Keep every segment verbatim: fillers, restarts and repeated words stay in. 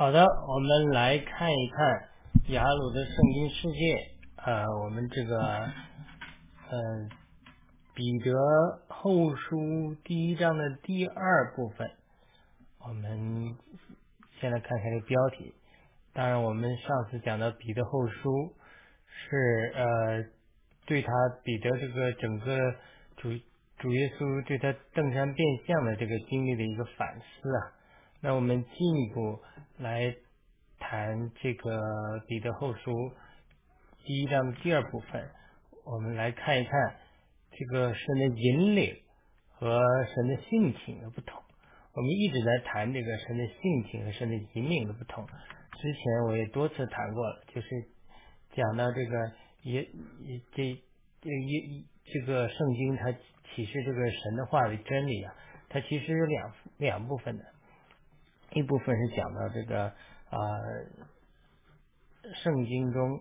好的，我们来看一看雅鲁的圣经世界。呃，我们这个呃彼得后书第一章的第二部分，我们先来看看这个标题。当然，我们上次讲到彼得后书是呃对他彼得这个整个主主耶稣对他登山变相的这个经历的一个反思啊。那我们进一步来谈这个彼得后书第一章的第二部分，我们来看一看这个神的引领和神的性情的不同。我们一直在谈这个神的性情和神的引领的不同，之前我也多次谈过了，就是讲到这个也也这这也这个圣经它启示这个神的话语真理啊，它其实有两两部分的。一部分是讲到这个啊、呃，圣经中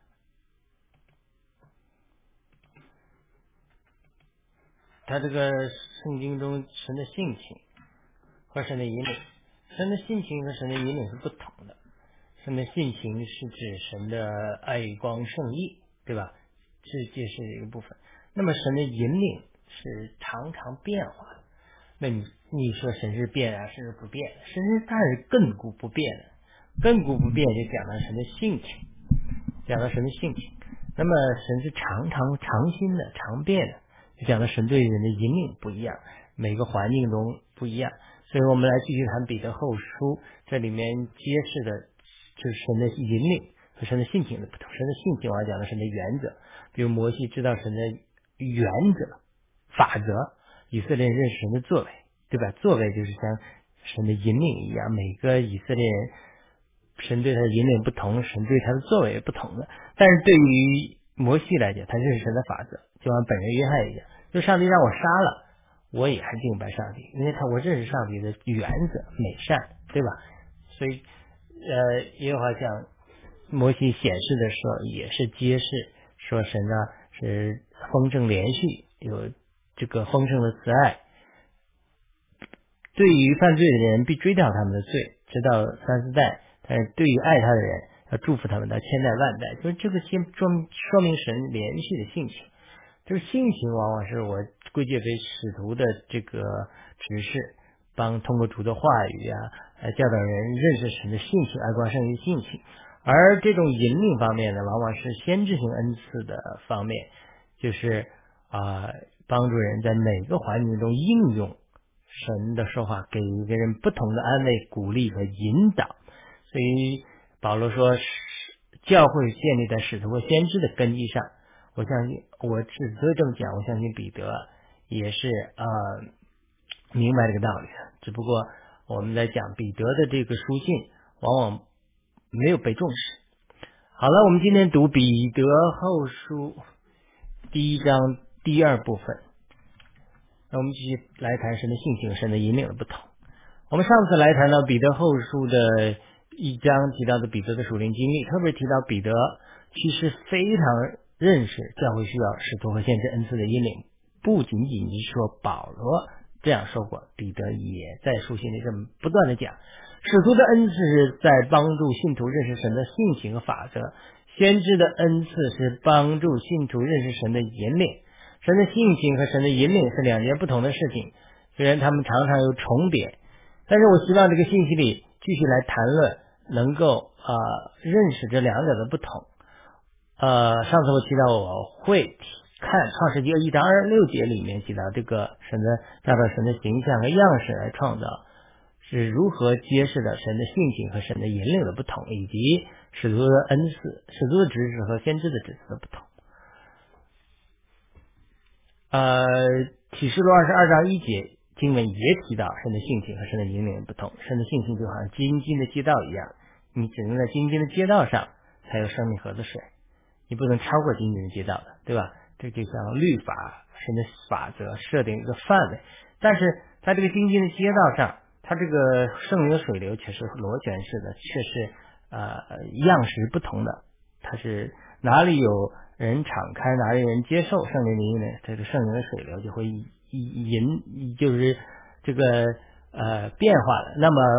他这个圣经中神的性情和神的引领，神的性情和神的引领是不同的。神的性情是指神的爱光圣意，对吧？这这是一个部分。那么神的引领是常常变化的。那你你说神是变啊，神是不变？神是当然是亘古不变的，亘古不变就讲到神的性情，讲到神的性情。那么神是常常常新的、常变的，就讲到神对人的引领不一样，每个环境中不一样。所以我们来继续谈彼得后书，这里面揭示的就是神的引领和神的性情的不同。神的性情我要讲的神的原则，比如摩西知道神的原则、法则，以色列人认识神的作为，对吧？作为就是像神的引领一样，每个以色列人神对他的引领不同，神对他的作为也不同的。但是对于摩西来讲，他认识神的法则，就像本人约翰一样，就上帝让我杀了，我也还敬拜上帝，因为他我认识上帝的原则美善，对吧？所以呃，耶和华向摩西显示的时候，也是揭示说神呢是丰盛连续，有这个丰盛的慈爱，对于犯罪的人必追悼他们的罪，直到三四代；但是对于爱他的人，要祝福他们到千代万代。就是这个先说说明神连续的性情。这个性情往往是我归结为使徒的这个指示，帮通过主的话语啊，来教导人认识神的性情，爱光圣于性情。而这种引领方面呢，往往是先知性恩赐的方面，就是啊、呃，帮助人在每个环境中应用神的说话，给一个人不同的安慰、鼓励和引导。所以保罗说，教会建立在使徒和先知的根基上。我相信，我之所以这么讲，我相信彼得也是呃明白这个道理的。只不过我们在讲彼得的这个书信，往往没有被重视。好了，我们今天读彼得后书第一章第二部分。那我们继续来谈神的性情、神的引领的不同。我们上次来谈到彼得后书的一章提到的彼得的属灵经历，特别提到彼得其实非常认识教会需要使徒和先知恩赐的引领，不仅仅是说保罗这样说过，彼得也在书信里这么不断的讲，使徒的恩赐是在帮助信徒认识神的性情和法则，先知的恩赐是帮助信徒认识神的引领。神的性情和神的引领是两件不同的事情，虽然他们常常有重叠，但是我希望这个信息里继续来谈论能够呃认识这两者的不同。呃，上次我提到我会看创世纪一章二十六节里面提到这个神的照着神的形象和样式来创造，是如何揭示了神的性情和神的引领的不同，以及使徒的恩赐、使徒的指示和先知的指示的不同。呃，启示录二十二章一节经文也提到神的性情和神的引领不同。神的性情就好像金金的街道一样，你只能在金金的街道上才有生命河的水，你不能超过金金的街道的，对吧？这就像律法，神的法则设定一个范围，但是在这个金金的街道上，它这个圣灵的水流却是螺旋式的，却是呃样式不同的，它是哪里有人敞开，哪里有人接受圣灵的引领，这个圣灵的水流就会引，就是这个呃变化了。那么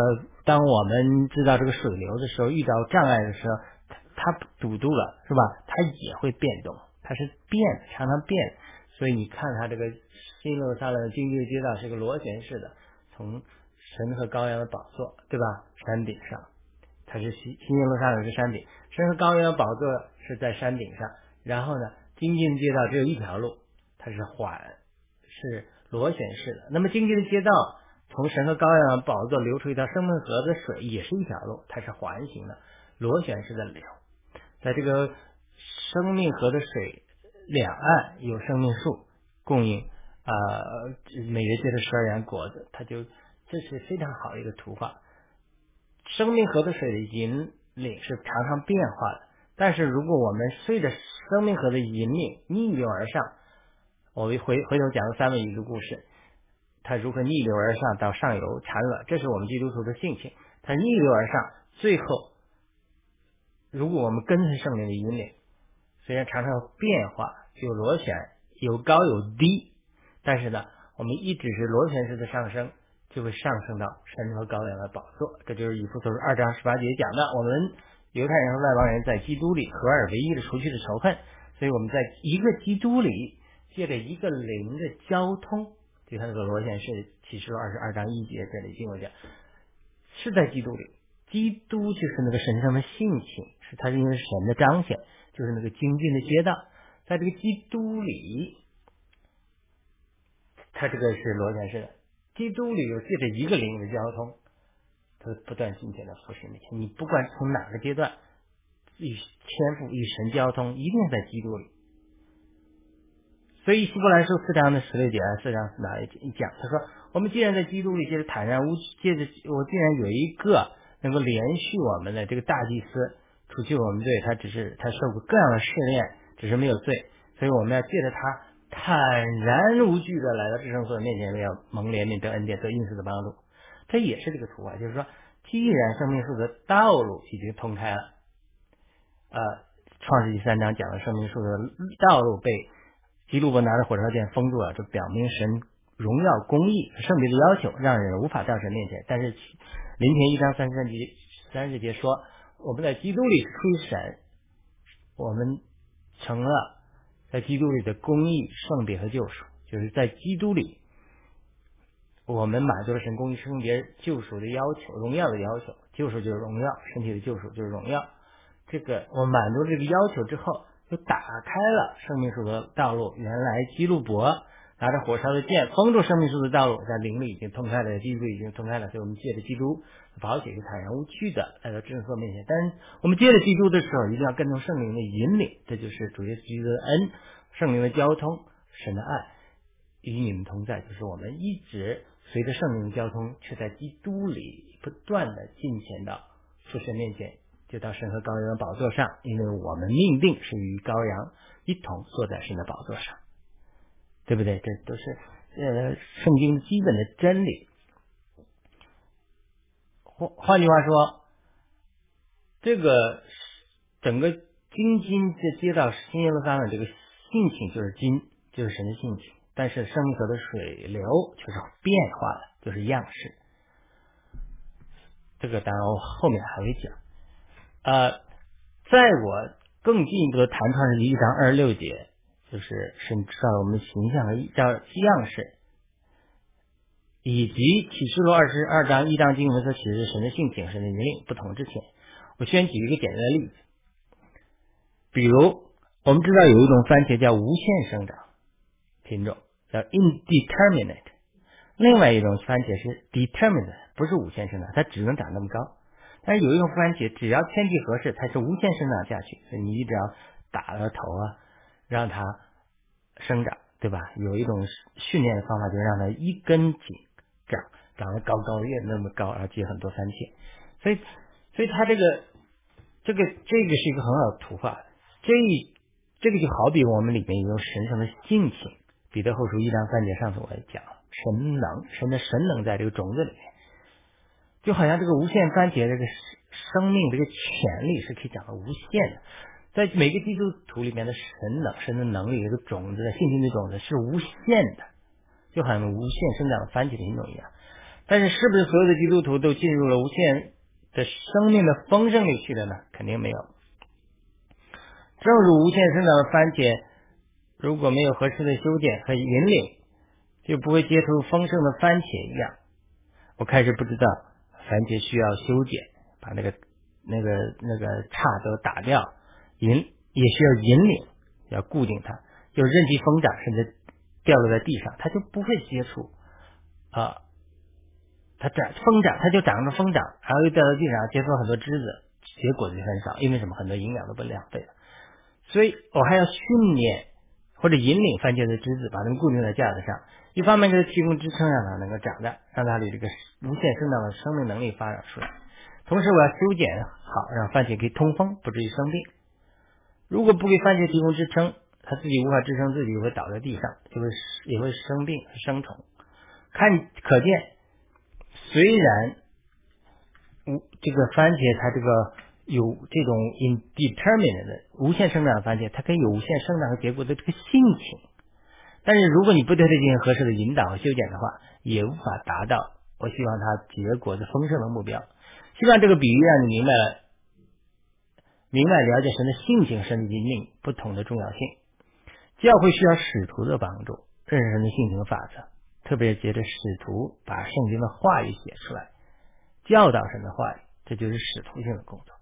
当我们知道这个水流的时候，遇到障碍的时候，它它堵住了，是吧？它也会变动，它是变，常常变。所以你看它这个新耶路撒冷的经济街道是个螺旋式的，从神和羔羊的宝座，对吧？山顶上，它是新新耶路撒冷是山顶，神和羔羊的宝座是在山顶上。然后呢，经济的街道只有一条路，它是缓，是螺旋式的。那么经济的街道从神和羔羊的宝座流出一条生命河的水，也是一条路，它是环形的，螺旋式的流。在这个生命河的水两岸有生命树供应，呃，每月结着十二样果子，它就这是非常好的一个图画。生命河的水的引领是常常变化的，但是如果我们随着生命河的引领逆流而上，我回回头讲三位一个故事，它如何逆流而上到上游产卵，这是我们基督徒的性情。它逆流而上，最后如果我们跟随圣灵的引领，虽然常常有变化，有螺旋，有高有低，但是呢，我们一直是螺旋式的上升，就会上升到神和羔羊的宝座。这就是以弗所书二章十八节讲的，我们犹太人和外邦人在基督里合而为一的除去了仇恨，所以我们在一个基督里借着一个灵的交通，就像这个螺旋式启示录二十二章一节这里经文讲，是在基督里，基督就是那个神圣的性情，是它是因为神的彰显，就是那个精进的街道，在这个基督里，它这个是螺旋式的，基督里有借着一个灵的交通，它不断进前的服侍你，你不管从哪个阶段与天赋与神交通，一定是在基督里。所以希伯来书四章的十六节，四章哪一讲？他说：“我们既然在基督里，借着坦然无，借着我既然有一个能够连续我们的这个大祭司，除去我们罪，他只是他受过各样的试炼，只是没有罪，所以我们要借着他坦然无惧的来到至圣所面前，要蒙怜悯得恩典得应许的帮助。”这也是这个图画，就是说，既然生命树的道路已经通开了，呃，创世纪三章讲的生命树的道路被基路伯拿着火烧剑封住了，这表明神荣耀公义圣别的要求，让人无法到神面前。但是林前一章三十三节三十节说，我们在基督里是出于神，我们成了在基督里的公义圣别和救赎，就是在基督里我们满足了神公义圣别救赎的要求，荣耀的要求，救赎就是荣耀，身体的救赎就是荣耀。这个我满足这个要求之后，就打开了生命树的道路。原来基路伯拿着火烧的剑封住生命树的道路，在灵里已经通开了，基督已经通开了，所以我们借着基督宝血是坦然无惧的来到至圣所面前。但是我们借着基督的时候，一定要跟从圣灵的引领，这就是主耶稣基督的恩，圣灵的交通，神的爱与你们同在，就是我们一直随着圣灵的交通，却在基督里不断的进前到父神面前，就到神和羔羊的宝座上，因为我们命定是与羔羊一同坐在神的宝座上，对不对？这都是呃圣经基本的真理。换换句话说，这个整个金金的街道新耶路撒冷这个性情就是金，就是神的性情，但是生命河的水流却是变化的，就是样式。这个当然我后面还会讲。呃，在我更进一步的谈创世记一章二十六节，就是神知道我们形象和叫样式，以及启示录二十二章一章经文所启示神的性情、神的引领不同之前，我先举一个简单的例子。比如我们知道有一种番茄叫无限生长品种，叫 indeterminate， 另外一种番茄是 determinate， 不是无限生长，它只能长那么高。但是有一种番茄，只要天气合适，它是无限生长下去，所以你只要打了头啊，让它生长，对吧？有一种训练的方法，就是让它一根茎长，长得高高的，越那么高，然后结很多番茄。所以，所以它这个，这个，这个是一个很好的图画。这这个就好比我们里面有神圣的性情，彼得后书一章三节，上次我也讲了，神能，神的神能在这个种子里面。就好像这个无限番茄这个生命这个潜力是可以讲的无限的，在每个基督徒里面的神能神的能力这个种子的信心的种子是无限的，就好像无限生长的番茄品种一样。 但是是不是所有的基督徒都进入了无限的生命的丰盛里去了呢？肯定没有。正如无限生长的番茄，如果没有合适的修剪和引领，就不会结出丰盛的番茄一样。我开始不知道番茄需要修剪，把那个那个那个叉都打掉，引也需要引领，要固定它，就任其疯长，甚至掉落在地上，它就不会接触啊。它长疯长，它就长着疯长，然后又掉到地上，结出很多枝子，结果子就很少，因为什么？很多营养都被浪费了。所以我还要训练或者引领番茄的枝子，把它们固定在架子上，一方面给它提供支撑，让它能够长大，让它的这个无限生长的生命能力发展出来。同时我要修剪好，让番茄可以通风，不至于生病。如果不给番茄提供支撑，它自己无法支撑自己，会倒在地上，就会也会生病生虫。看可见，虽然这个番茄它这个有这种 indeterminate 的无限生长的番茄，它可以有无限生长和结果的这个性情，但是如果你不对它进行合适的引导和修剪的话，也无法达到我希望它结果的丰盛的目标。希望这个比喻让你明白了明白了解神的性情、神的引领不同的重要性。教会需要使徒的帮助，认识神的性情法则，特别是借着使徒把圣经的话语写出来，教导神的话语，这就是使徒性的工作。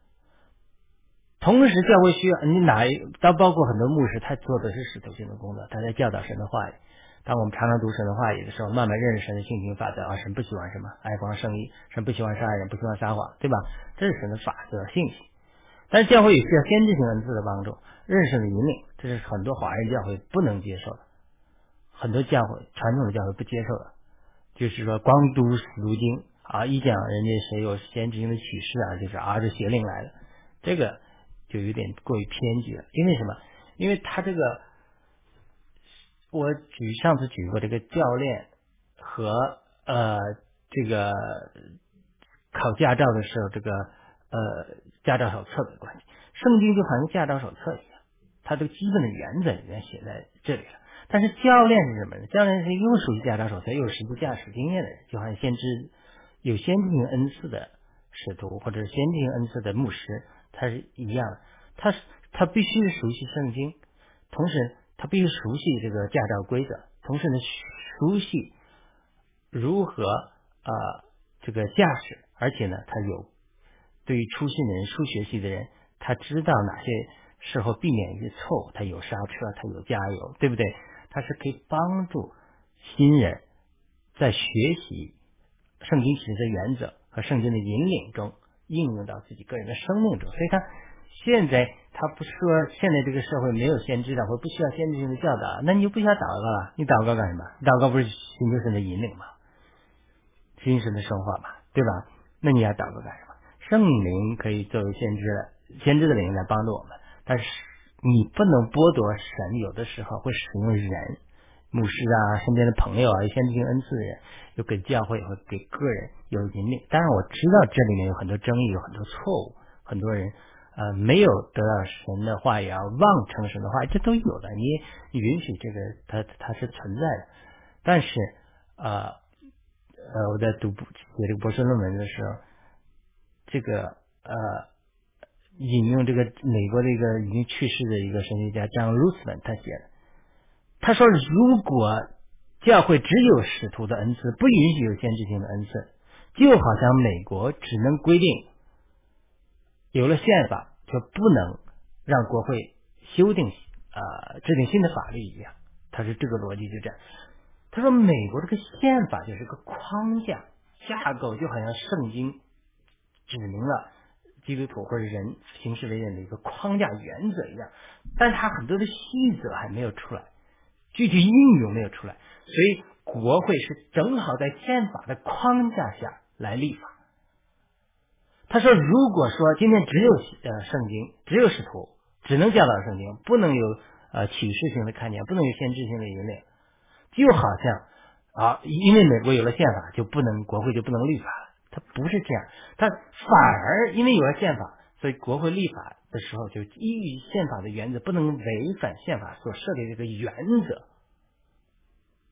同时教会需要你哪一到包括很多牧师，他做的是使徒性的工作，他在教导神的话语。当我们常常读神的话语的时候，慢慢认识神的性情法则啊，神不喜欢什么？爱光胜义，神不喜欢杀人，不喜欢撒谎，对吧？这是神的法则性情。但是教会也需要先知性恩赐的帮助，认识神的引领，这是很多华人教会不能接受的，很多教会传统的教会不接受的，就是说光读死读经啊，一讲人家谁有先知性的启示啊，就是啊这邪灵来了，这个就有点过于偏激了。因为什么？因为他这个，我举上次举过这个教练和呃这个考驾照的时候，这个呃驾照手册的关系。圣经就好像驾照手册一样，它的基本的原则里面写在这里了。但是教练是什么呢？教练是又属于驾照手册，又有实际驾驶经验的人，就好像先知有先知性恩赐的使徒或者是先知性恩赐的牧师，他是一样的。他他必须熟悉圣经，同时他必须熟悉这个驾照规则，同时呢熟悉如何呃这个驾驶，而且呢他有对于初心的人、初学习的人，他知道哪些时候避免一些错误，他有刹车，他有加油，对不对？他是可以帮助新人在学习圣经启示的原则和圣经的引领中应用到自己个人的生命中。所以他现在他不说现在这个社会没有先知的或不需要先知性的教导，那你就不需要祷告了。你祷告干什么？祷告不是寻求神的引领吗？寻求神的生活嘛，对吧？那你要祷告干什么？圣灵可以作为先知的先知的灵来帮助我们，但是你不能剥夺神有的时候会使用人，牧师啊，身边的朋友啊，有先知性恩赐的人，又给教会或给个人有引领。当然我知道这里面有很多争议，有很多错误，很多人呃没有得到神的话语啊，妄称神的话语，这都有的。你你允许这个它它是存在的。但是呃呃我在读写这个博士论文的时候，这个呃引用这个美国的一个已经去世的一个神学家张鲁斯曼他写的，他说如果教会只有使徒的恩赐，不允许有先知性的恩赐，就好像美国只能规定有了宪法就不能让国会修订呃制定新的法律一样。他说这个逻辑就这样。他说美国这个宪法就是个框架架构，就好像圣经指明了基督徒或者人行事为人的一个框架原则一样，但是它很多的细则还没有出来，具体应用没有出来，所以国会是正好在宪法的框架下来立法。他说如果说今天只有呃圣经，只有使徒只能教导圣经，不能有呃启示性的看见，不能有先知性的引领，就好像啊，因为美国有了宪法就不能国会就不能立法了，它不是这样，它反而因为有了宪法，所以国会立法的时候就依于宪法的原则，不能违反宪法所设立的这个原则。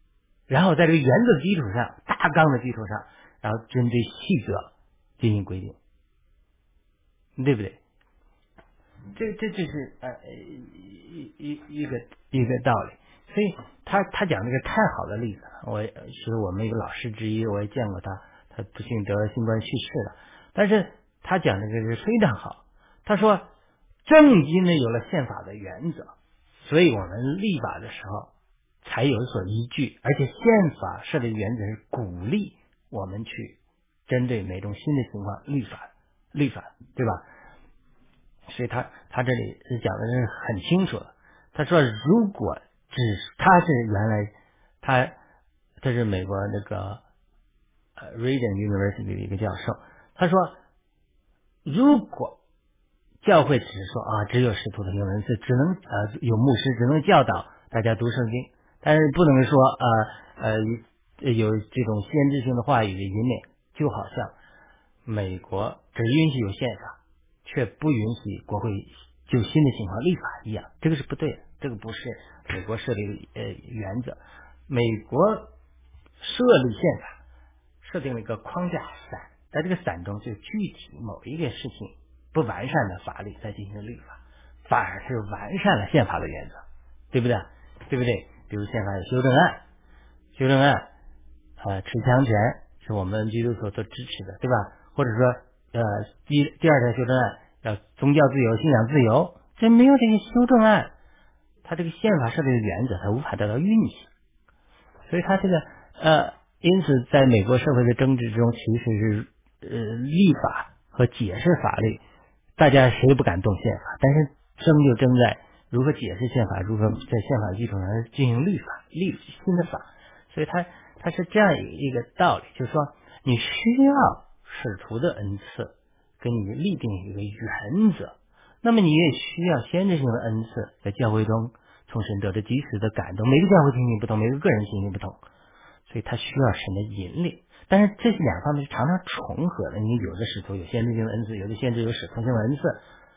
然后在这个原则基础上，大纲的基础上，然后针对细则进行规定，对不对？这这就是呃一一一个一个道理。所以他他讲那个太好的例子，我是我们一个老师之一，我也见过他，他不幸得新冠去世了，但是他讲的这个是非常好。他说，正因为有了宪法的原则，所以我们立法的时候才有所依据，而且宪法设立原则是鼓励我们去针对每种新的情况立法立法，对吧？所以他他这里讲的是很清楚的。他说，如果只他是原来他这是美国那个呃 Reagan University 的一个教授，他说，如果教会只是说啊，只有使徒的灵文字，只能呃有牧师只能教导大家读圣经，但是不能说呃呃有这种先知性的话语的引领，就好像美国只允许有宪法，却不允许国会就新的情况立法一样，这个是不对的，这个不是美国设立的呃原则。美国设立宪法设定了一个框架伞，在这个伞中就具体某一个事情不完善的法律再进行立法，反而是完善了宪法的原则，对不对？对不对？比如宪法有修正案，修正案呃持枪权是我们基督徒所支持的，对吧？或者说呃第第二条修正案要宗教自由、信仰自由，这没有这个修正案，它这个宪法设立的原则它无法得到运行，所以它这个呃因此在美国社会的争执中，其实是呃立法和解释法律，大家谁也不敢动宪法，但是争就争在如何解释宪法，如何在宪法基础上进行律法立新的法。所以它它是这样一个道理，就是说你需要使徒的恩赐给你立定一个原则，那么你也需要先知性的恩赐，在教会中从神得着及时的感动，每个教会情形不同，每个个人情形不同，所以他需要神的引领。但是这些两方面是常常重合的，你有的使徒有先知性的恩赐，有的先知有使徒性的恩赐。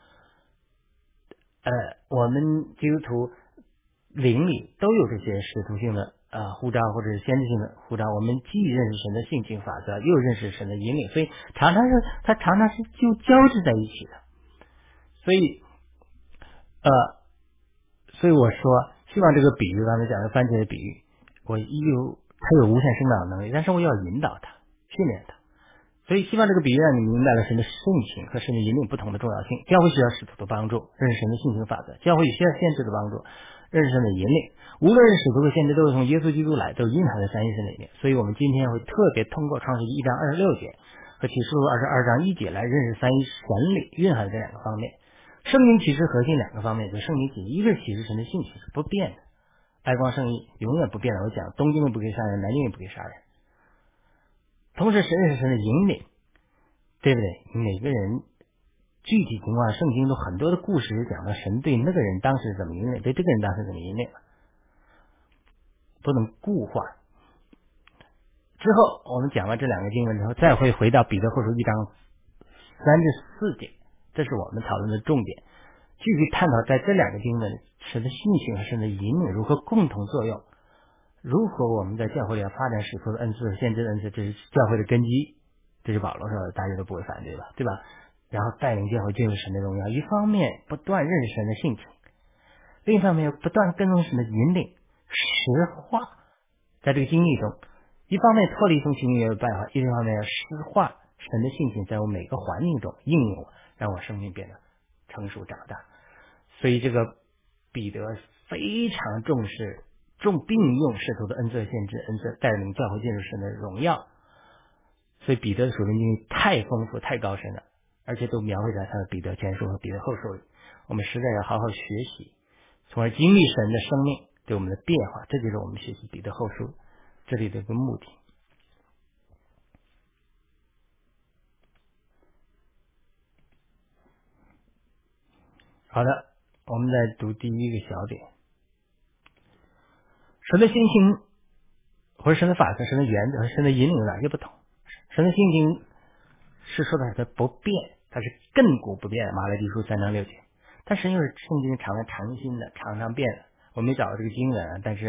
呃，我们基督徒灵里都有这些使徒性的呃呼召或者是先知性的呼召，我们既认识神的性情法则，又认识神的引领，所以常常是它常常是就交织在一起的。所以呃，所以我说希望这个比喻，刚才讲的番茄的比喻，我有它有无限生长的能力，但是我要引导它，训练它。所以希望这个比喻让你明白了神的性情和神的引领不同的重要性。教会需要使徒的帮助，认识神的性情法则；教会需要先知的帮助，认识神的引领。无论是使徒和先知，都是从耶稣基督来，都蕴含在三一神里面。所以我们今天会特别通过创世记一章二十六节和启示录二十二章一节来认识三一神里蕴含的这两个方面。圣经启示核心两个方面，就是圣经启示，一个是启示神的性情是不变的，爱光圣义永远不变的。我讲东京也不可以杀人，南京也不可以杀人。同时神是神的引领，对不对？每个人具体情况圣经都很多的故事讲到神对那个人当时怎么引领，对这个人当时怎么引领了，不能固化。之后我们讲完这两个经文之后，再会回到彼得后书一章三至四节，这是我们讨论的重点，继续探讨在这两个经文神的性情和神的引领如何共同作用，如何我们在教会里要发展使徒的恩赐、先知的恩赐，这是教会的根基，这是保罗说的，大家都不会反对吧？对吧？然后带领教会进入神的荣耀，一方面不断认识神的性情，另一方面又不断跟从神的引领，实化在这个经历中，一方面脱离从情欲的败坏，一方面要实化神的性情在我每个环境中应用我，让我生命变得成熟长大。所以这个彼得非常重视重并用使徒的恩赐、先知恩赐，带领教会进入神的荣耀。所以彼得的属灵经历太丰富太高深了，而且都描绘在他的彼得前书和彼得后书里。我们实在要好好学习，从而经历神的生命对我们的变化，这就是我们学习彼得后书这里的一个目的。好的，我们再读第一个小点。神的性情或者神的法则、神的原则和神的引领有哪些不同？神的性情是说的它不变，它是亘古不变的，马来地书三章六节。但神又是圣经常常常新的，常常变的。我没找到这个经文啊，但是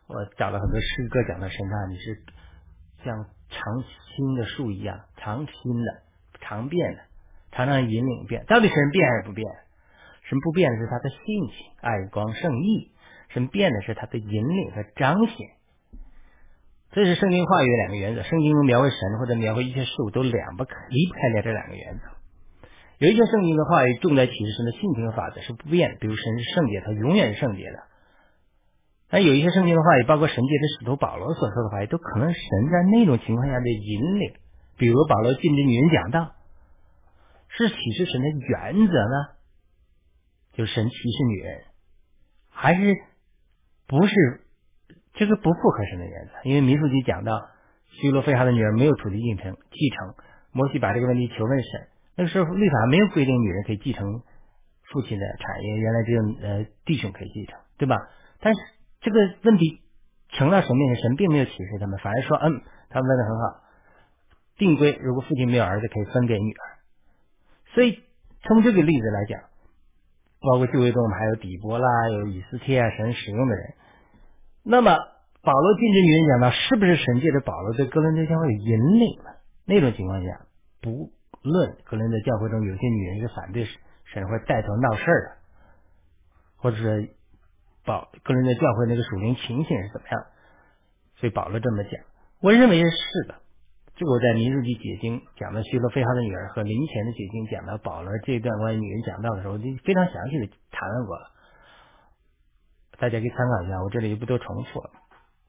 我找了很多诗歌讲到神啊，你是像常青的树一样，常青的，常变的，常常引领变。到底神变还是不变？神不变的是他的性情，爱光圣义；神变的是他的引领和彰显。这是圣经话语两个原则。圣经中描绘神或者描绘一切事物都两不可离不开的这两个原则。有一些圣经的话语重在启示神的性情和法则是不变的，比如神是圣洁，他永远是圣洁的。但有一些圣经的话语，包括神界的使徒保罗所说的话语，都可能是神在那种情况下的引领。比如保罗禁止女人讲道，是启示神的原则呢？就是神歧视女人，还是不是？这个不符合神的原则，因为民数记讲到希罗非哈的女儿没有土地继承继承，摩西把这个问题求问神，那个时候律法没有规定女人可以继承父亲的产业，原来只有呃弟兄可以继承，对吧？但是这个问题呈到神面前，神并没有启示他们，反而说嗯，他们问得很好，定规如果父亲没有儿子可以分给女儿。所以从这个例子来讲，包括旧约中我们还有底波啦，有以斯帖啊，神使用的人。那么保罗禁止女人讲到，是不是神借着保罗对哥林多教会有引领呢？那种情况下，不论哥林多教会中有些女人是反对神会带头闹事的，或者是保哥林多教会那个属灵情形是怎么样，所以保罗这么讲，我认为是的。这个我在民数记解经讲到希罗非哈的女儿和林前的解经讲到保罗这一段关于女人讲道的时候，就非常详细的谈论过了，大家可以参考一下，我这里就不多重复了。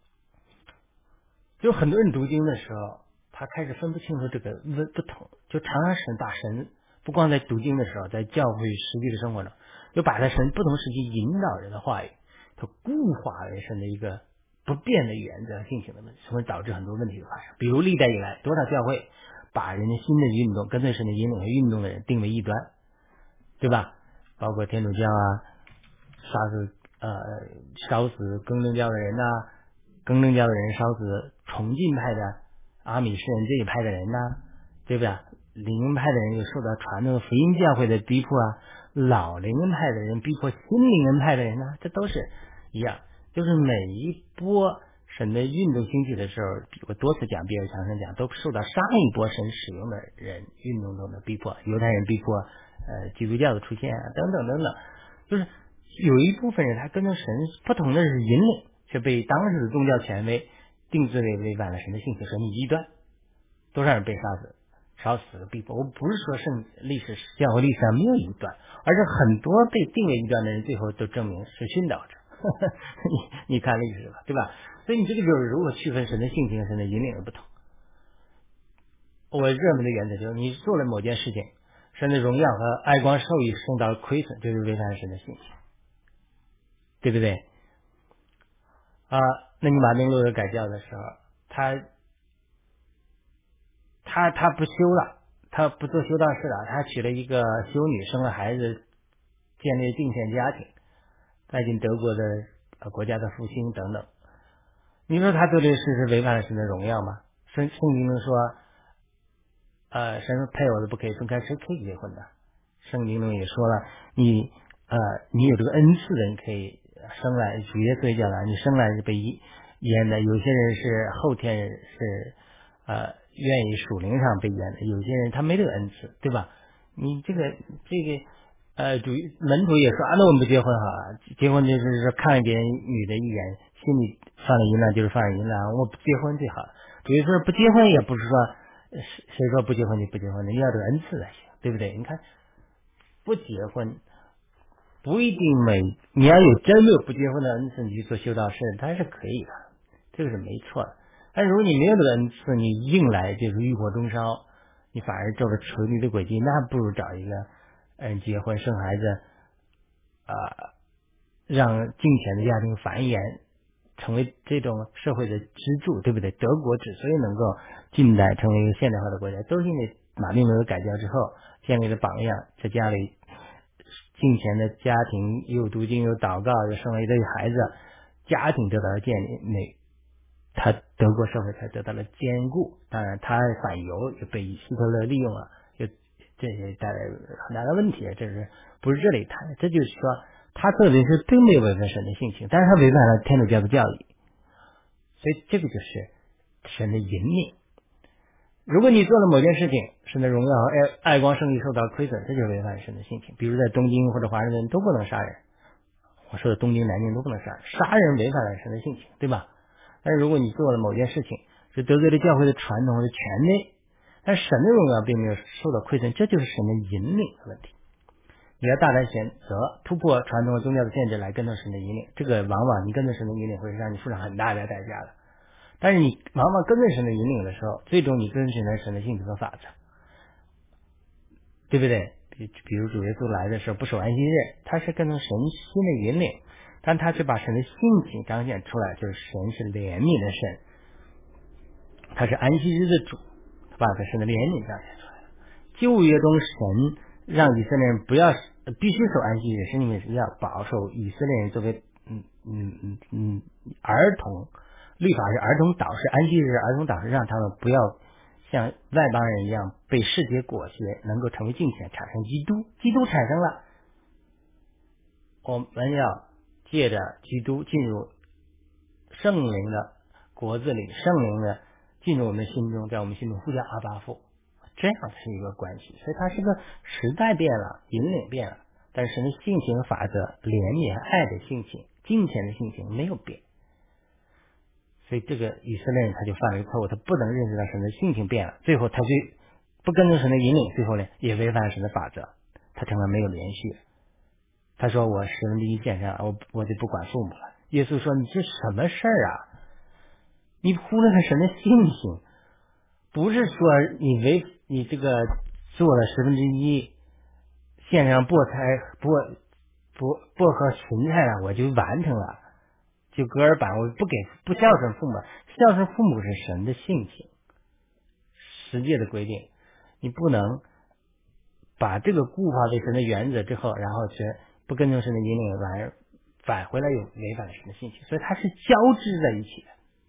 就很多人读经的时候，他开始分不清楚这个不同，就常常神把神不光在读经的时候，在教会实际的生活中，就把他神不同时期引导人的话语，他固化为神的一个不变的原则性情的问题，会导致很多问题的发生。比如历代以来多少教会把人家新的运动跟随神的引领和运动的人定为异端，对吧？包括天主教啊，杀死呃烧死更正教的人呐、啊，更正教的人烧死崇敬派的阿米士人这一派的人呐、啊，对吧？灵恩派的人又受到传统福音教会的逼迫啊，老灵恩派的人逼迫新灵恩派的人呐、啊，这都是一样。就是每一波神的运动兴起的时候，我多次讲比尔强生讲，都受到上一波神使用的人运动中的逼迫，犹太人逼迫呃基督教的出现啊，等等等等，就是有一部分人他跟着神不同的是引领，却被当时的宗教权威定罪为违反了神的性情，神的异端，多少人被杀死、烧死、逼迫。我不是说圣历史教会历史上没有异端，而是很多被定为异端的人，最后都证明是殉道者。你你看历史了，对吧？所以你这个就是如何区分神的性情和神的引领的不同。我认为的原则就是，你做了某件事情，神的荣耀和爱光受益受到亏损，就是违反神的性情，对不对？啊，那你马丁路德改教的时候，他他他不修了，他不做修道士了，他娶了一个修女，生了孩子，建立敬献家庭，带进德国的呃国家的复兴等等。你说他做这个事是违反了神的荣耀吗？圣圣经中说，呃，神配偶的不可以分开，谁可以结婚的？圣经中也说了，你呃你有这个恩赐的，你可以生来，主耶稣也讲了，你生来是被淹的，有些人是后天是呃愿意属灵上被淹的，有些人他没这个恩赐，对吧？你这个这个呃主门徒也说啊，那我们不结婚好了，结婚就是说看了别人女的一眼，心里犯了淫乱就是犯了淫乱，我不结婚最好。主耶稣说不结婚也不是说谁说不结婚就不结婚的，你要这个恩赐才行，对不对？你看不结婚不一定每你要有真的不结婚的恩赐，你去做修道士，他是可以的，这个是没错的。但如果你没有这个恩赐，你硬来就是欲火中烧，你反而走了处女的轨迹，那不如找一个嗯结婚生孩子啊、呃，让敬虔的家庭繁衍，成为这种社会的支柱，对不对？德国之所以能够近代成为一个现代化的国家，都是因为马丁路德改教之后建立了榜样，在家里敬虔的家庭又读经又祷告又生了一对孩子，家庭得到了建立，那他德国社会才得到了坚固。当然他反犹也被希特勒利用了，就这些带来很大的问题，这是不是这里谈的？这就是说他做的是并没有违反神的性情，但是他违反了天主教的教义。 所以这个就是神的引领。如果你做了某件事情，神的荣耀和爱爱光胜利受到亏损，这就是违反神的性情。比如在东京或者华盛顿都不能杀人，我说的东京南京都不能杀人，杀人违反了神的性情，对吧？但是如果你做了某件事情是得罪了教会的传统或者权威，但是神的荣耀并没有受到亏损，这就是神的引领的问题。你要大胆选择突破传统和宗教的限制来跟从神的引领，这个往往你跟从神的引领会让你付上很大的代价的。但是你往往跟随神的引领的时候，最终你跟随了神的性质和法则，对不对？比比如主耶稣来的时候不守安息日，他是跟从神新的引领，但他是把神的性情彰显出来，就是神是怜悯的神，他是安息日的主，他把神的怜悯彰显出来了。旧约中神让以色列人不要必须守安息日，是因为是要保守以色列人作为嗯嗯嗯嗯儿童。律法是儿童导师，安息日是儿童导师，让他们不要像外邦人一样被世界裹挟，能够成为敬虔，产生基督。基督产生了，我们要借着基督进入圣灵的国子里，圣灵的进入我们心中，在我们心中呼叫阿爸父，这样是一个关系。所以它是个时代变了，引领变了，但是神的性情和法则，怜悯和爱的性情，敬虔的性情没有变。所以这个以色列人他就犯了一个错误，他不能认识到神的性情变了，最后他就不跟着神的引领，最后呢也违反神的法则，他成了没有连续。他说我十分之一献上，我我就不管父母了。耶稣说你这什么事儿啊？你忽略了神的性情，不是说你违你这个做了十分之一献上菠菜薄薄薄荷芹菜了，我就完成了。就隔尔板，我不给不孝顺父母，孝顺父母是神的性情，十诫的规定，你不能把这个固化为神的原则之后，然后却不跟从神的引领，反而返回来又违反了神的性情，所以它是交织在一起的。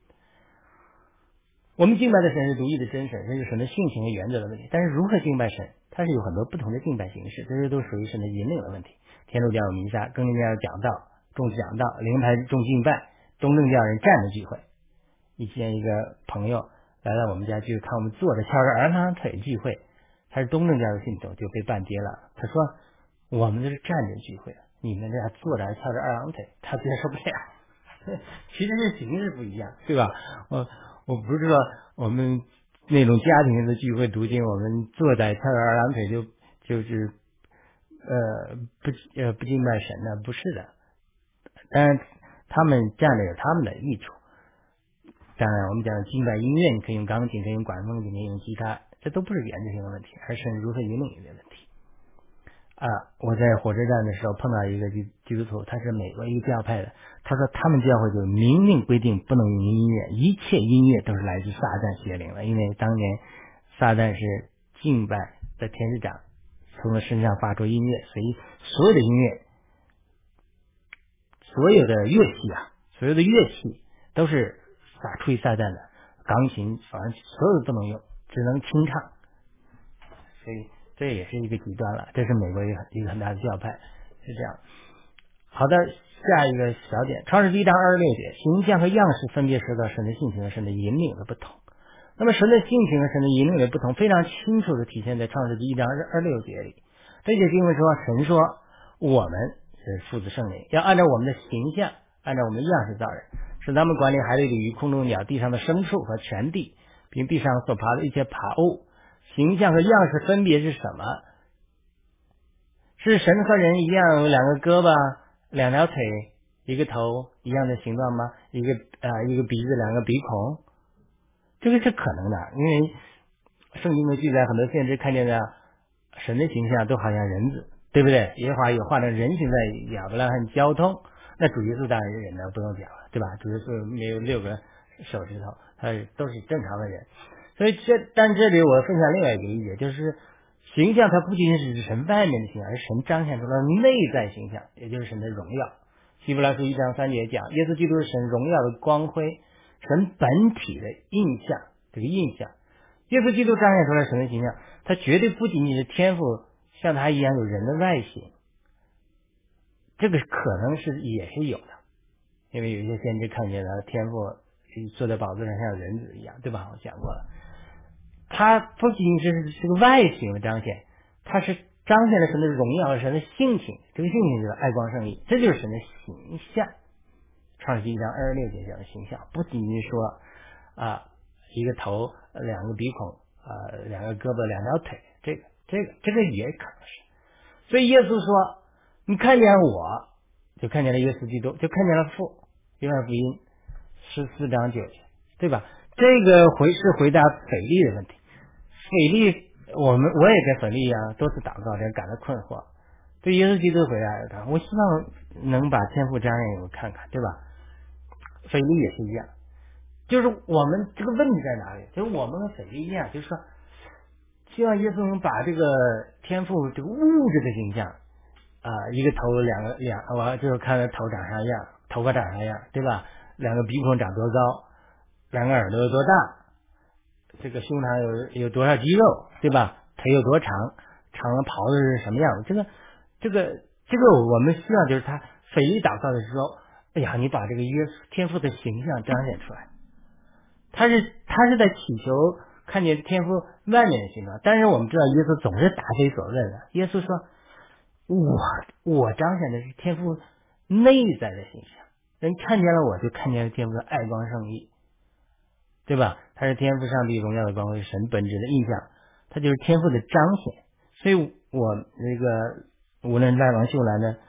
我们敬拜的神是独一的真神，这是神的性情和原则的问题。但是如何敬拜神，它是有很多不同的敬拜形式，这些都属于神的引领的问题。天主教有弥撒，更正教有讲道。重讲道，灵牌重敬拜，东正教人站着聚会。以前一个朋友来到我们家聚会，看我们坐着翘着二郎腿聚会，他是东正教的信徒，就被半跌了。他说我们这是站着聚会，你们这还坐着还翘着二郎腿，他接受不了。其实是形式不一样，对吧？我我不是说我们那种家庭的聚会读经，我们坐在翘着二郎腿就就是呃不呃不敬拜神呢，不是的。当然他们站着有他们的益处，当然我们讲敬拜音乐，你可以用钢琴，可以用管风琴，可以用吉他，这都不是原则性的问题，而是如何引领的问题啊。我在火车站的时候碰到一个基基督徒，他是美国一个教派的，他说他们教会就明令规定不能用音乐，一切音乐都是来自撒旦邪灵的，因为当年撒旦是敬拜的天使长，从他身上发出音乐，所以所有的音乐所有的乐器啊，所有的乐器都是撒出于撒旦的，钢琴反正所有的不能用，只能清唱，所以这也是一个极端了。这是美国一个一个很大的教派，是这样。好的，下一个小点，创世纪一章二十六节，形象和样式分别受到神的性情和神的引领的不同。那么神的性情和神的引领的不同，非常清楚的体现在创世纪一章二十六节里。这节经文说，神说我们是父子圣灵，要按照我们的形象，按照我们的样式造人，使他们管理海里的鱼、空中鸟、地上的牲畜和全地，并地上所爬的一切爬物。形象和样式分别是什么？是神和人一样有两个胳膊、两条腿、一个头一样的形状吗？一个呃一个鼻子、两个鼻孔？这个是可能的，因为圣经的记载很多先知看见的神的形象都好像人子，对不对？耶和华有画成人形在亚伯拉罕交通，那主耶稣当然是人了，不用讲了，对吧？主耶稣没有六个手指头，他都是正常的人。所以这但这里我分享另外一个理解，就是形象它不仅仅是神外面的形象，而是神彰显出来的内在形象，也就是神的荣耀。希伯来书一章三节讲，耶稣基督是神荣耀的光辉，神本体的印象，这个印象，耶稣基督彰显出来神的形象，他绝对不仅仅是天赋像他一样有人的外形，这个可能是也是有的，因为有一些先知看见了天赋坐在宝座上像人子一样，对吧？我讲过了，他不仅仅是这个外形的彰显，他是彰显了神的荣耀和神的性情，这个性情就是爱光圣义，这就是神的形象。创世纪一章二十六节讲的形象，不仅仅说啊一个头两个鼻孔啊两个胳膊两条腿，这个这个这个也可能是。所以耶稣说你看见我就看见了耶稣基督，就看见了父。约翰福音十四章九节，对吧？这个回是回答腓力的问题。腓力我们我也跟腓力啊多次祷告，这感到困惑。对耶稣基督回答他，我希望能把天父彰显给我看看，对吧？腓力也是一样，就是我们这个问题在哪里？就是我们和腓力一样，就是说希望耶稣能把这个天父这个物质的形象啊、呃，一个头两个两，我就是看他头长啥样，头发长啥样，对吧？两个鼻孔长多高，两个耳朵有多大，这个胸膛有有多少肌肉，对吧？腿有多长，长的袍子是什么样的？这个这个这个我们需要就是他腓力祷告的时候，哎呀，你把这个耶稣天父的形象彰显出来。他是他是在祈求看见天父外面的形状，但是我们知道耶稣总是答非所问的。耶稣说我我彰显的是天父内在的形象，人看见了我就看见了天父的爱光圣义，对吧？他是天父上帝荣耀的光辉，神本质的印象，他就是天父的彰显。所以我那个无论赖王秀兰的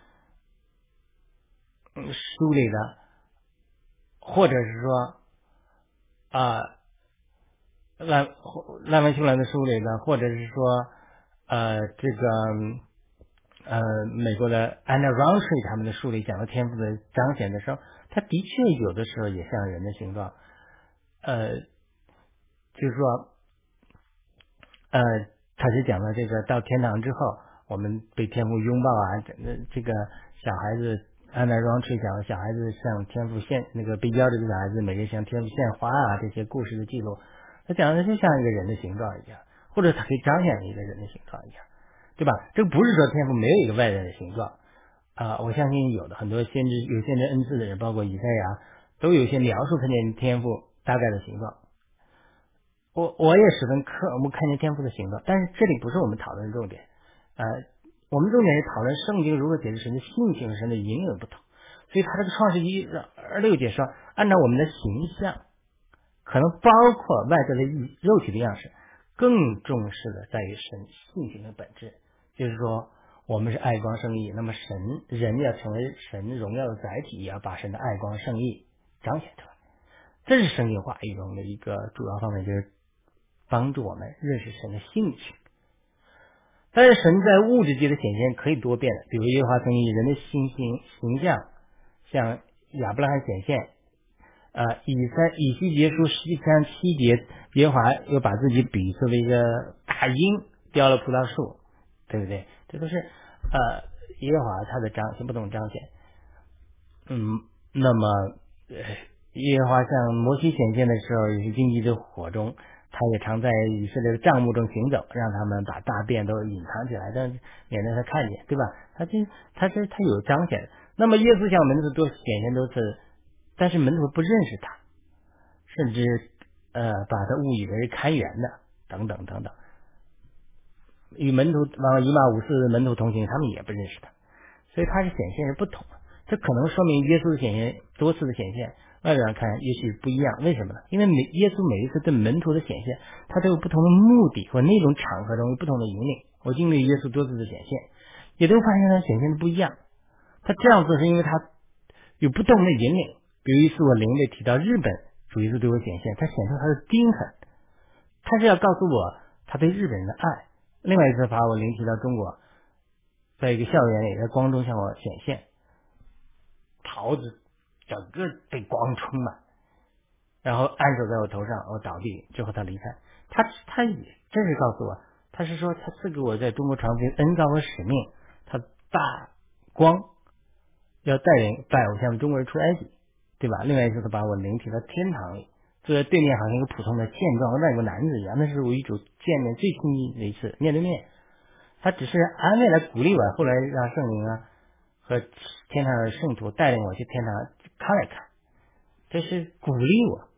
书里的，或者是说啊赖赖王秀兰的书里的，或者是说呃这个呃美国的 Anna Rountree 他们的书里讲到天赋的彰显的时候，他的确有的时候也像人的形状，呃就是说呃他是讲了这个到天堂之后我们被天赋拥抱啊，这个小孩子 Anna Rountree 讲的小孩子向天赋献那个被邀这个小孩子每个向天赋献花啊，这些故事的记录，他讲的就像一个人的形状一样，或者他可以彰显一个人的形状一样，对吧？这不是说天赋没有一个外在的形状啊、呃，我相信有的很多先知有先知恩赐的人，包括以赛亚，都有一些描述看见天赋大概的形状。我我也十分渴慕看见天赋的形状，但是这里不是我们讨论的重点。呃，我们重点是讨论圣经如何解释神的性情和神的引领不同。所以他这个创世记二六节说，按照我们的形象，可能包括外在的肉体的样式，更重视的在于神性情的本质，就是说我们是爱光圣义，那么神人要成为神荣耀的载体，也要把神的爱光圣义彰显出来。这是圣经话语中的一个主要方面，就是帮助我们认识神的性情。但是神在物质界的显现可以多变的，比如耶和华曾以人的形形形象向亚伯拉罕显现，呃，以三以西结书十三七节，耶和华又把自己比作为一个大鹰叼了葡萄树，对不对？这都是呃耶和华他的彰显，不同彰显。嗯，那么呃耶和华向摩西显现的时候，也是荆棘的火中，他也常在以色列的帐幕中行走，让他们把大便都隐藏起来，但免得他看见，对吧？他这他这他有彰显。那么耶稣向门徒多显现多次，但是门徒不认识他，甚至呃把他误以为是看园的，等等等等。与门徒往以马五四门徒同行，他们也不认识他，所以他是显现是不同的。这可能说明耶稣的显现多次的显现，外表上看也许不一样，为什么呢？因为每耶稣每一次对门徒的显现，他都有不同的目的，或那种场合中有不同的引领。我经历耶稣多次的显现，也都发现他显现的不一样。他这样做是因为他有不同的引领。比如一次我灵里提到日本，主耶稣对我显现，他显出他的钉痕，他是要告诉我他对日本人的爱。另外一次把我灵提到中国，在一个校园里，在光中向我显现，袍子整个被光充满，然后按手在我头上，我倒地之后他离开。他他也这是告诉我，他是说他赐给我在中国传福音恩膏和使命，他大光要带领拜偶像中国人出埃及，对吧？另外一次他把我灵提到天堂里，坐在对面好像一个普通的健壮的外国男子一样，那是我与主见面最亲密的一次面对面。他只是安慰来鼓励我，后来让圣灵啊和天堂的圣徒带领我去天堂看一看，这是鼓励我，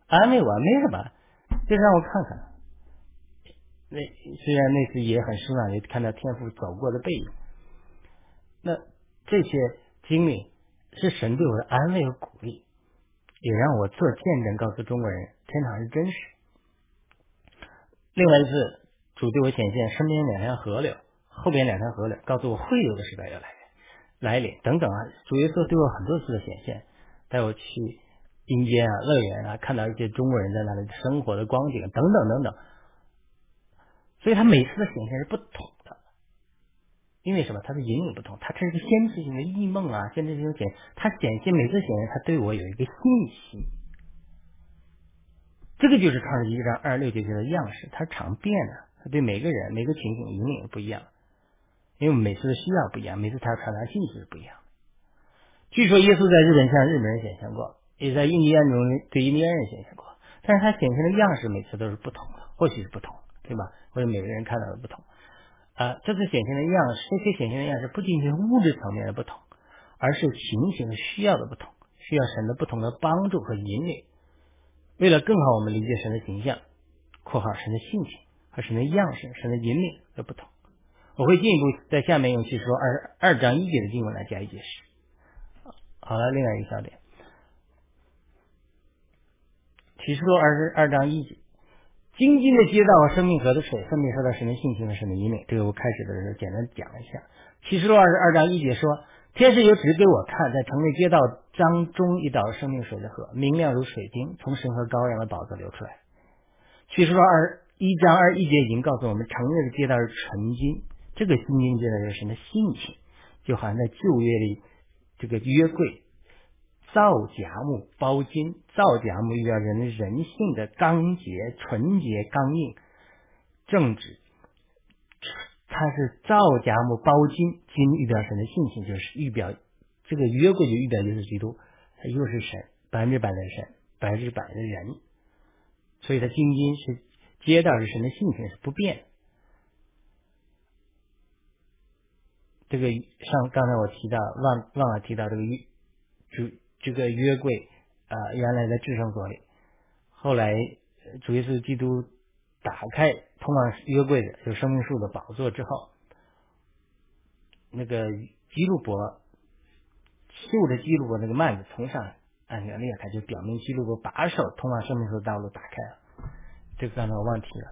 安慰我，没什么，就让我看看。那虽然那时也很失望，也看到天父走过的背影。那这些经历是神对我的安慰和鼓励，也让我做见证，告诉中国人天堂是真实。另外一次，主对我显现身边两条河流，后边两条河流，告诉我会有的时代要来来临等等啊。主耶稣对我很多次的显现，带我去阴间啊、乐园啊，看到一些中国人在那里生活的光景等等等等。所以他每次的显现是不同的，因为什么？他的引领不同，他这是一个先知性的异梦啊，先知性的显，他显现每次显现，他对我有一个信息。这个就是创世纪一章二十六节的样式，它是常变的，它对每个人每个情景引领不一样，因为每次的需要不一样，每次他传达信息是不一样。据说耶稣在日本向日本人显现过，也在印第安中对印第安人显现过，但是他显现的样式每次都是不同的，或许是不同，对吧？或者每个人看到的不同啊。这次显现的样式，这些显现的样式不仅仅是物质层面的不同，而是情形的需要的不同，需要神的不同的帮助和引领。为了更好我们理解神的形象（括号神的性情和神的样式、神的引领的不同），我会进一步在下面用启示录二二章一节的经文来加以解释。好了，另外一个小点，启示录二十二章一节，精金的街道和生命河的水分别说到神的性情和神的引领。这个我开始的时候简单讲一下。启示录二十二章一节说，天使有指给我看，在城内街道当中一道生命水的河，明亮如水晶，从神和羔羊的宝座流出来。启示录二一章二一节已经告诉我们，城内的街道是纯金，这个金金街道就是神的性情，就好像在旧约里这个约柜造假木包金，造假木预表人的人性的刚洁、纯洁、刚硬、正直。它是造假木包金，金预表神的性情，就是预表这个约柜就预表耶稣基督，他又是神，百分之百的神，百分之百的人，所以它金金是街道是神的性情是不变的。这个上刚才我提到忘忘了提到这个约主这个约柜啊、呃，原来在至圣所里，后来主耶稣基督打开通往约柜的就生命树的宝座之后，那个基路伯绣着基路伯那个幔子从上按下裂开，就表明基路伯把手通往生命树的道路打开了。这个刚才我忘提了。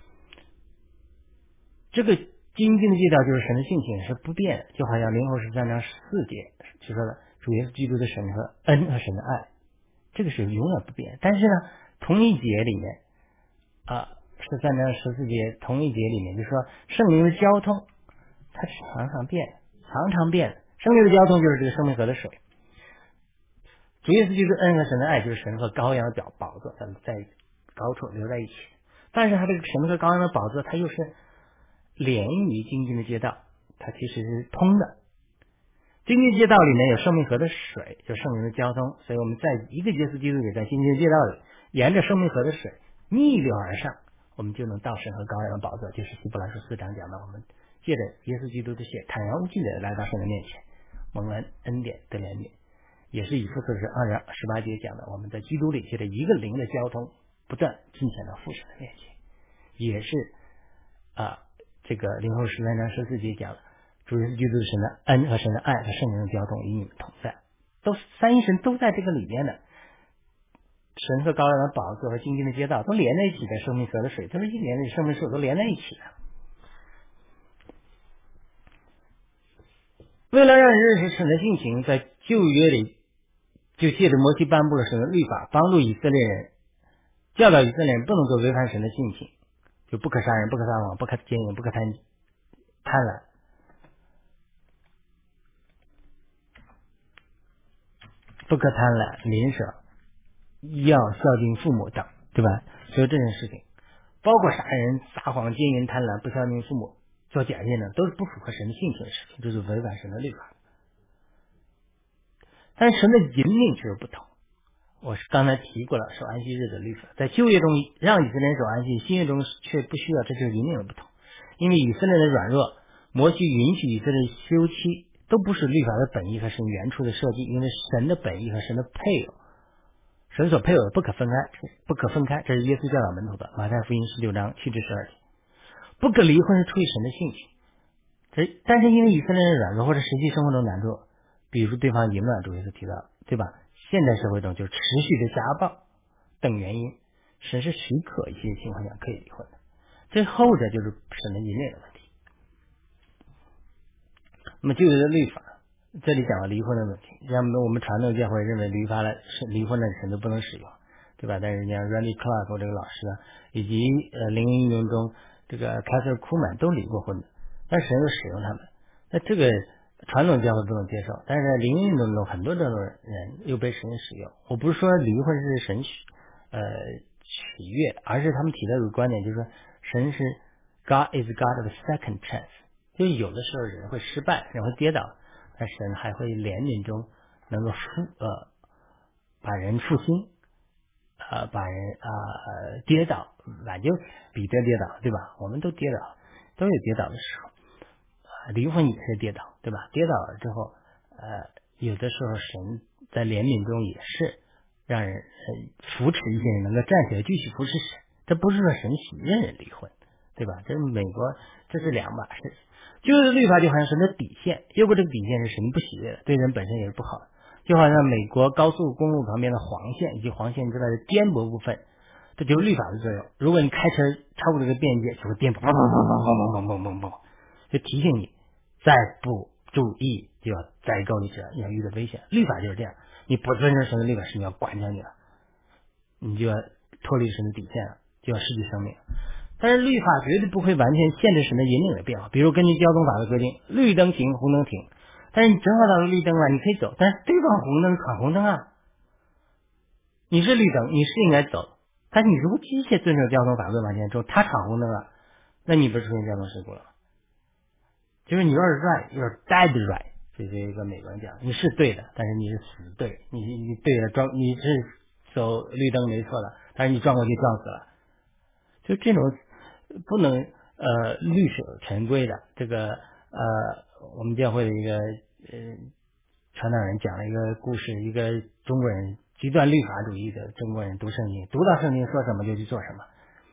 这个精进的街道就是神的性情是不变的，就好像灵后十三章四节就说了主耶稣基督的神和恩和神的爱，这个是永远不变。但是呢，同一节里面啊，十三章十四节同一节里面就说圣灵的交通它是常常变，常常变。圣灵的交通就是这个生命河的水，主耶稣基督恩和神的爱就是神和羔羊的表宝座，咱们在高处留在一起。但是它这个神和羔羊的宝座，它又是连于精进的街道，它其实是通的。精进街道里面有生命河的水，就圣灵的交通，所以我们在一个耶稣基督里，在精进街道里，沿着生命河的水逆流而上，我们就能到神和羔羊的宝座，就是希伯来书四章讲的，我们借着耶稣基督的血坦然无惧的来到神的面前，蒙恩恩典的怜悯，也是以弗所书二章十八节讲的，我们在基督里借着一个灵的交通，不断进前到父神的面前，也是啊。这个灵后十三章十四节讲了，主耶稣基督神的恩和神的爱和圣灵的交通与你们同在，都三一神都在这个里面的。神和羔羊的宝座和精金的街道都连在一起的，生命河的水都是一连的，生命树都连在一起的。为了让人认识神的性情，在旧约里就借着摩西颁布了神的律法，帮助以色列人教导以色列人不能够违反神的性情，就不可杀人，不可撒谎，不可奸淫，不可贪贪婪，不可贪婪，邻舍，要孝敬父母等，对吧？所有这件事情，包括杀人、撒谎、奸淫、贪婪、不孝敬父母、做假见的，都是不符合神的性情的事情，这是违反神的律法。但是神的引领却有不同。我是刚才提过了守安息日的律法，在旧约中让以色列人守安息，新约中却不需要，这就是引领的不同。因为以色列的软弱，摩西允许以色列休妻，都不是律法的本意和神原初的设计，因为神的本意和神的配偶神所配有的不可分开，不可分开，这是耶稣教导门徒的。马太福音十九章七至十二节，不可离婚是出于神的性情。这但是因为以色列人软弱或者实际生活中难处，比如对方淫乱，主耶稣提到，对吧？现代社会中就持续的家暴等原因，神是许可一些情况下可以离婚的。这后者就是神的引领的问题。那么就有的律法，这里讲了离婚的问题，像我们传统教会认为离发了是离婚的神都不能使用，对吧？但是像 Randy Clark 这个老师啊，以及呃灵运动中这个凯瑟库曼都离过婚的，但神又使用他们，那这个传统教会不能接受，但是在灵运动中很多这种人又被神使用。我不是说离婚是神许呃喜悦，而是他们提到一个观点，就是说神是 God is God of second chance。就有的时候人会失败，人会跌倒，但神还会怜悯中能够复呃把人复兴，呃把人啊、呃、跌倒挽救彼得跌倒，对吧？我们都跌倒，都有跌倒的时候，啊离婚也是跌倒，对吧？跌倒了之后，呃有的时候神在怜悯中也是让人、呃、扶持一些人能够站起来继续扶持神，这不是说神喜悦人离婚，对吧？这是美国，这是两码事。就是律法就好像神的底线，如果这个底线是神不喜悦的，对人本身也是不好的。就好像美国高速公路旁边的黄线以及黄线之外的颠簸部分，这就是律法的作用。如果你开车超过这个边界，就会颠簸，嘣嘣嘣嘣嘣嘣嘣嘣，就提醒你再不注意就要栽沟里去了，你要遇到危险。律法就是这样，你不遵守神的律法，神要管教你了，你就要脱离神的底线了，就要失去生命。但是律法绝对不会完全限制神的引领的变化，比如根据交通法的规定，绿灯行，红灯停。但是你正好到了绿灯了，你可以走，但是对方红灯闯红灯啊，你是绿灯，你是应该走，但是你如果机械遵守交通法规往前走，他闯红灯了，那你不是出现交通事故了？就是你 you're right, you're dead right， 这是一个美国人讲，你是对的，但是你是死对，你你对了撞，你是走绿灯没错的，但是你撞过去撞死了，就这种。不能呃律守陈规的，这个呃我们教会的一个呃传道人讲了一个故事，一个中国人极端律法主义的中国人读圣经，读到圣经说什么就去做什么，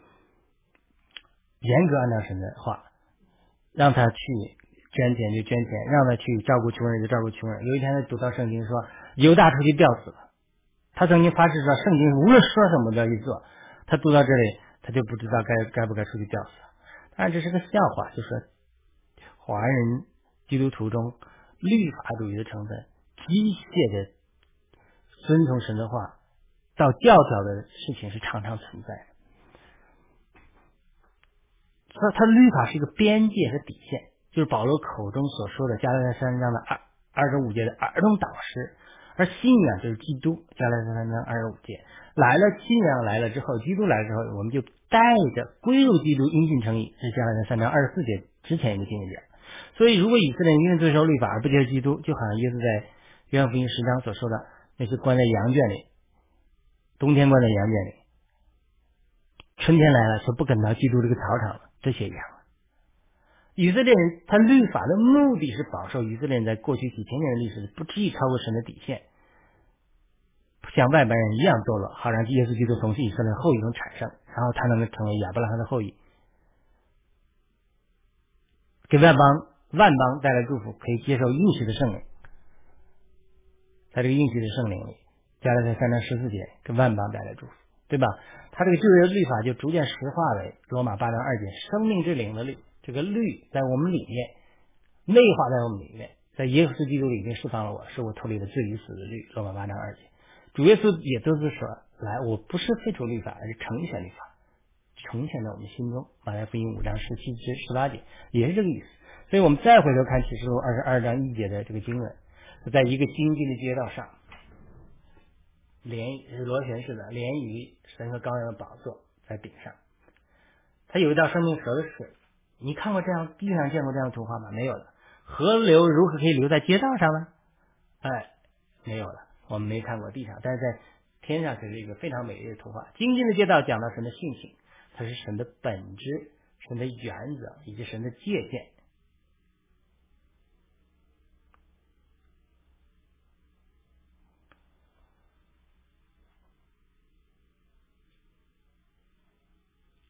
严格按照神的话，让他去捐钱就捐钱，让他去照顾穷人就照顾穷人。有一天他读到圣经说犹大出去吊死了，他曾经发誓说圣经无论说什么都要去做，他读到这里他就不知道该该不该出去吊死了。当然这是个笑话，就是华人基督徒中律法主义的成分，机械的遵从神的话到教条的事情是常常存在的。所以他律法是一个边界和底线，就是保罗口中所说的加拉太三章的二二十五节的儿童导师，而信仰就是基督，加拉太三章二十五节来了，信仰来了之后，基督来了之后，我们就带着归入基督，因信称义，是加拉太三章二十四节之前一个经文点。所以如果以色列人因为遵守律法而不接受基督，就好像耶稣在约翰福音十章所说的，那是关在羊圈里，冬天关在羊圈里，春天来了就不跟到基督这个草场了，这些羊。以色列人他律法的目的是保守以色列人在过去几千年的历史不至于超过神的底线，像外邦人一样堕落，好让耶稣基督从以色列后裔中产生，然后他能够成为亚伯拉罕的后裔，给外邦万邦带来祝福，可以接受应许的圣灵。在这个应许的圣灵里，加拉太三章十四节给万邦带来祝福，对吧？他这个旧约律法就逐渐实化为罗马八章二节生命之灵的律，这个律在我们里面内化在我们里面，在耶稣基督里已经释放了我，是我脱离了罪与死的律，罗马八章二节。主耶稣也都是说，来，我不是废除律法，而是成全律法，成全在我们心中。马太福音五章十七至十八节也是这个意思。所以我们再回头看启示录二十二章一节的这个经文，在一个精进的街道上，连是螺旋式的，连于神和羔羊的宝座在顶上，它有一道生命河的水。你看过这样地上见过这样的图画吗？没有的。河流如何可以流在街道上呢？哎，没有了，我们没看过地上，但是在天上可是一个非常美丽的图画。精进的街道讲到神的性情，它是神的本质、神的原则以及神的界限。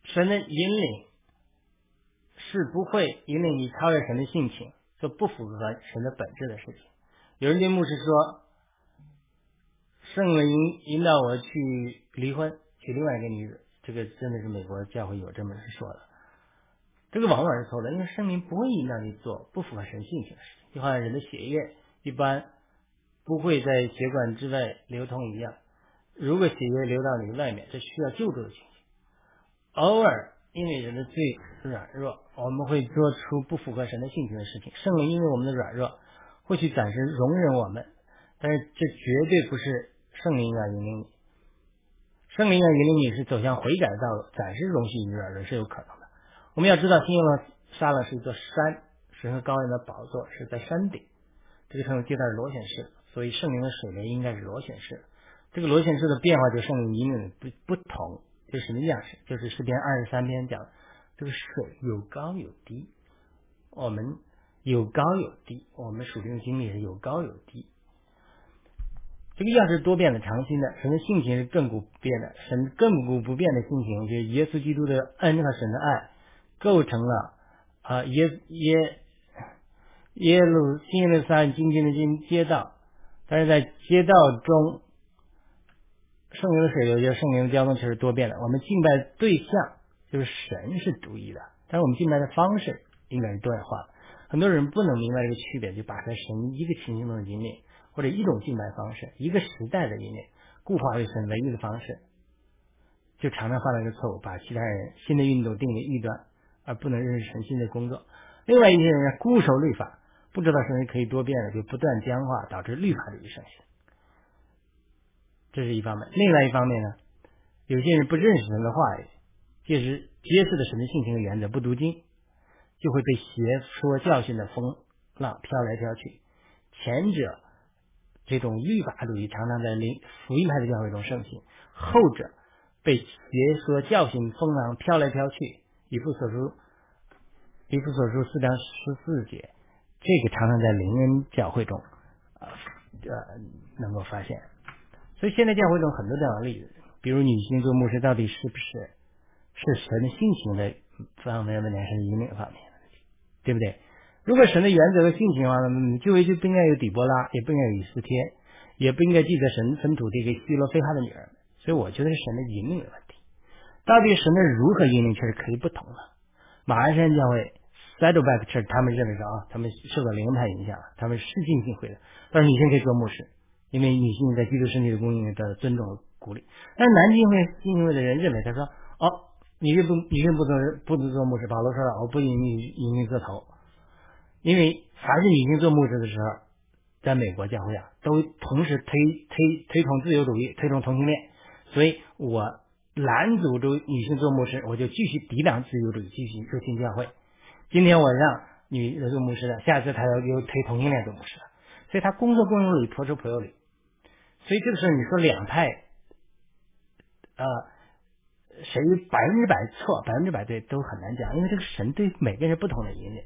神的引领是不会引领你超越神的性情，做不符合神的本质的事情。有人对牧师说，圣灵引导我去离婚，娶另外一个女子，这个真的是美国教会有这么说的。这个往往是错的，因为圣灵不会引导你做不符合神性情的事情，就好像人的血液一般不会在血管之外流通一样，如果血液流到你外面，这需要救助的情形。偶尔因为人的罪软弱，我们会做出不符合神的性情的事情，圣灵因为我们的软弱或许暂时容忍我们，但是这绝对不是圣灵要引领你。圣灵要引领你是走向悔改的道路，暂时容许你软弱是有可能的。我们要知道新耶路撒冷是一座山，神和羔羊的宝座是在山顶，这个称为阶段螺旋式，所以圣灵的水流应该是螺旋式。这个螺旋式的变化就是圣灵引领的不不同，就是什么样式？就是诗篇二十三篇讲，这个水有高有低，我们有高有低，我们属灵的经历是有高有低。这个样式多变的、长新的，神的性情是亘古不变的，神亘古不变的性情，就是耶稣基督的恩和神的爱构成了啊耶耶耶路新耶路撒冷经经的经街道，但是在街道中，圣灵的水流就是圣灵的交通其实多变的。我们敬拜对象就是神是独一的，但是我们敬拜的方式应该是多元化的。很多人不能明白这个区别，就把它神一个情形中的引领，或者一种敬拜方式，一个时代的引领，固化为神唯一的方式，就常常犯了一个错误，把其他人新的运动定为异端，而不能认识神新的工作。另外一些人固守律法，不知道神是可以多变的，就不断僵化，导致律法主义盛行。这是一方面。另外一方面呢，有些人不认识神的话语，届时揭示了神的性情的原则，不读经，就会被邪说教训的风浪飘来飘去。前者这种律法主义常常在福音派的教会中盛行，后者被邪说教训风浪飘来飘去。以弗所书以弗所书四章十四节，这个常常在灵恩教会中呃呃能够发现。所以现在教会中很多这样的例子，比如女性做牧师到底是不是是神的性情的方面问题，还是引领方面的，对不对？如果神的原则和性情的话，你就就不应该有底波拉，也不应该有以斯帖，也不应该记得神分土地给希罗非哈的女儿。所以我觉得是神的引领的问题。到底神的如何引领却是可以不同的。马鞍山教会 Saddleback Church 他们认为说啊，他们受到灵恩派影响，他们是浸信会的，但是女性可以做牧师，因为女性在基督身体的供应得到尊重和鼓励。但是南浸会浸信会的人认为，他说哦，女性不女性不做不能做牧师，保罗说了，我不引女引女做头。因为凡是女性做牧师的时候，在美国教会啊，都同时推推推崇自由主义，推崇同性恋，所以我拦阻住女性做牧师，我就继续抵挡自由主义，继续入侵教会。今天我让女的做牧师了，下次他要又推同性恋做牧师了，所以他公说公有理，婆说婆有理。所以这个时候你说两派呃谁百分之百错百分之百对都很难讲，因为这个神对每个人不同的引领，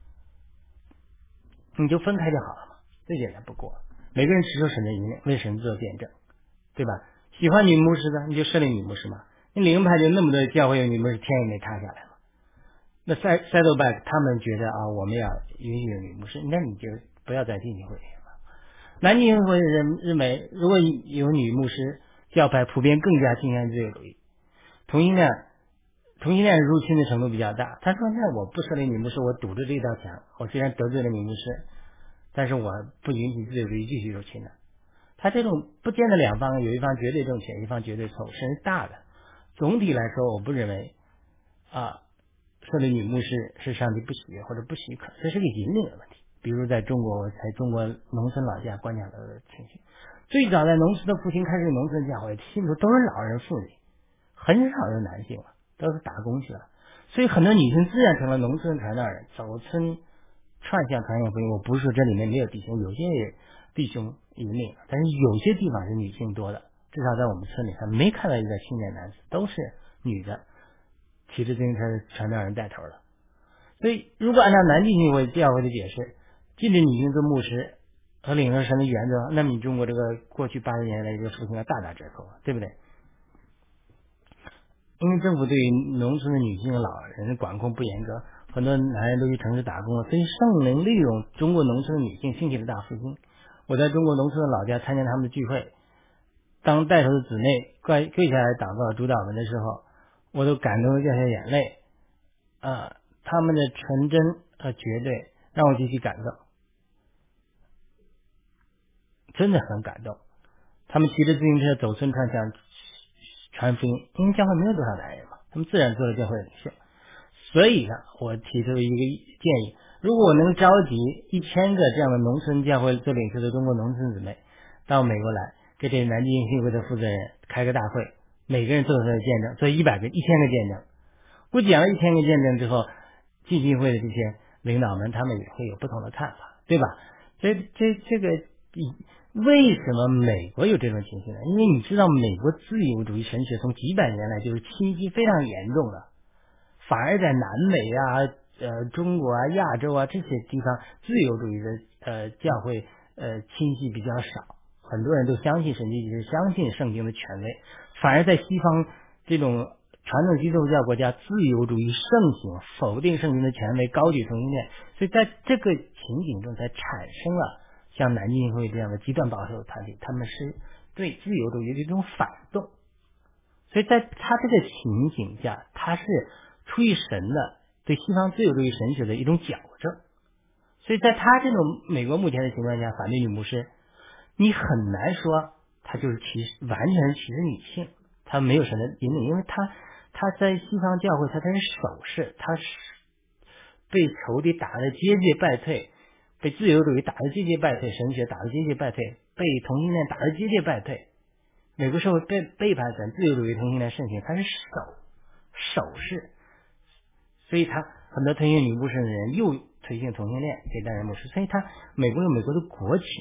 你就分开就好了嘛，最简单不过。每个人持守神的引领，为神做见证，对吧？喜欢女牧师的，你就设立女牧师嘛。那灵恩派就那么多教会有女牧师，天也没塌下来嘛。那塞塞多拜他们觉得啊，我们要允许女牧师，那你就不要在浸信会里了。南浸会认认为，如果有女牧师，教派普遍更加倾向自由主义。同性恋同性恋入侵的程度比较大。他说那我不设立女牧师，我堵着这道墙，我虽然得罪了女牧师，但是我不允许自由主义继续入侵的。他这种不见得两方有一方绝对正确，一方绝对错误，神是大的。总体来说，我不认为啊设立女牧师是上帝不喜悦或者不许可，这是个引领的问题。比如在中国，我在中国农村老家观察到的情形，最早在农村的复兴开始，农村教会信徒都是老人妇女，很少有男性了，都是打工去了，所以很多女性自然成了农村传道人，走村串向传扬福音。我不是说这里面没有弟兄，有些弟兄引领，但是有些地方是女性多的，至少在我们村里还没看到一个青年男子，都是女的骑着自行车传道人带头的。所以如果按照南浸信会教会的解释，禁止女性做牧师和领受神的原则，那么你中国这个过去八十年来这个复兴要大打折扣，对不对？ 因为政府对于农村的女性、老人管控不严格，很多男人都去城市打工了，所以圣灵利用中国农村的女性兴起了大复兴。我在中国农村的老家参加他们的聚会，当带头的姊妹跪跪下来祷告主导文的时候，我都感动的掉下眼泪啊、呃！他们的纯真和绝对让我极其感动，真的很感动。他们骑着自行车走村串巷传福音，因为教会没有多少男人嘛，他们自然做了教会领袖。所以呢，我提出一个建议，如果我能召集一千个这样的农村教会做领袖的中国农村姊妹到美国来，给这南京信会的负责人开个大会，每个人做他的见证，做一百个、一千个见证。我讲了一千个见证之后，浸信会的这些领导们他们也会有不同的看法，对吧？这这这个为什么美国有这种情形呢？因为你知道美国自由主义神学从几百年来就是侵袭非常严重的，反而在南美啊、呃中国啊、亚洲啊这些地方，自由主义的呃教会呃侵袭比较少，很多人都相信神迹，就是相信圣经的权威。反而在西方这种传统基督教国家，自由主义盛行，否定圣经的权威，高举同性恋，所以在这个情景中才产生了像南京会这样的极端保守的团体，他们是对自由主义的一种反动。所以在他这个情景下，他是出于神的对西方自由主义神学的一种矫正。所以在他这种美国目前的情况下，反对女牧师，你很难说他就是歧视，完全是歧视女性，他没有神的引领，因为他他在西方教会，他他是守势，他是被仇敌打得节节败退，被自由主义打得节节败退，神学打得节节败退，被同性恋打得节节败退。美国社会被背叛神，自由主义同性恋盛行，他是守守势，所以他很多推行女牧师的人又推行同性恋给担任牧师，所以他美国有美国的国情，